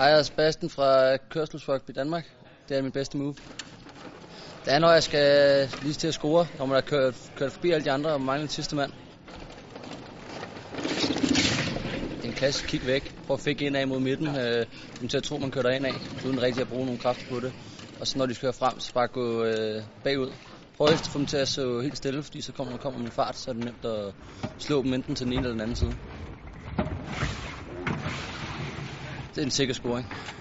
Hej, jeg er Sebastian fra Kørselsfolk i Danmark. Det er min bedste move. Det er, når jeg skal lige til at score, når man har kørt forbi alle de andre og mangler den sidste mand. En klassisk kick væk. Prøv at fik ind af mod midten. Dem til at tro, man kører ind af, uden rigtig at bruge nogle kræfter på det. Og så når de kører frem, så bare gå bagud. Prøv at få dem til at så helt stille, fordi så kommer med fart, så er det nemt at slå dem enten til den ene eller den anden side. Det er en sikker scoring.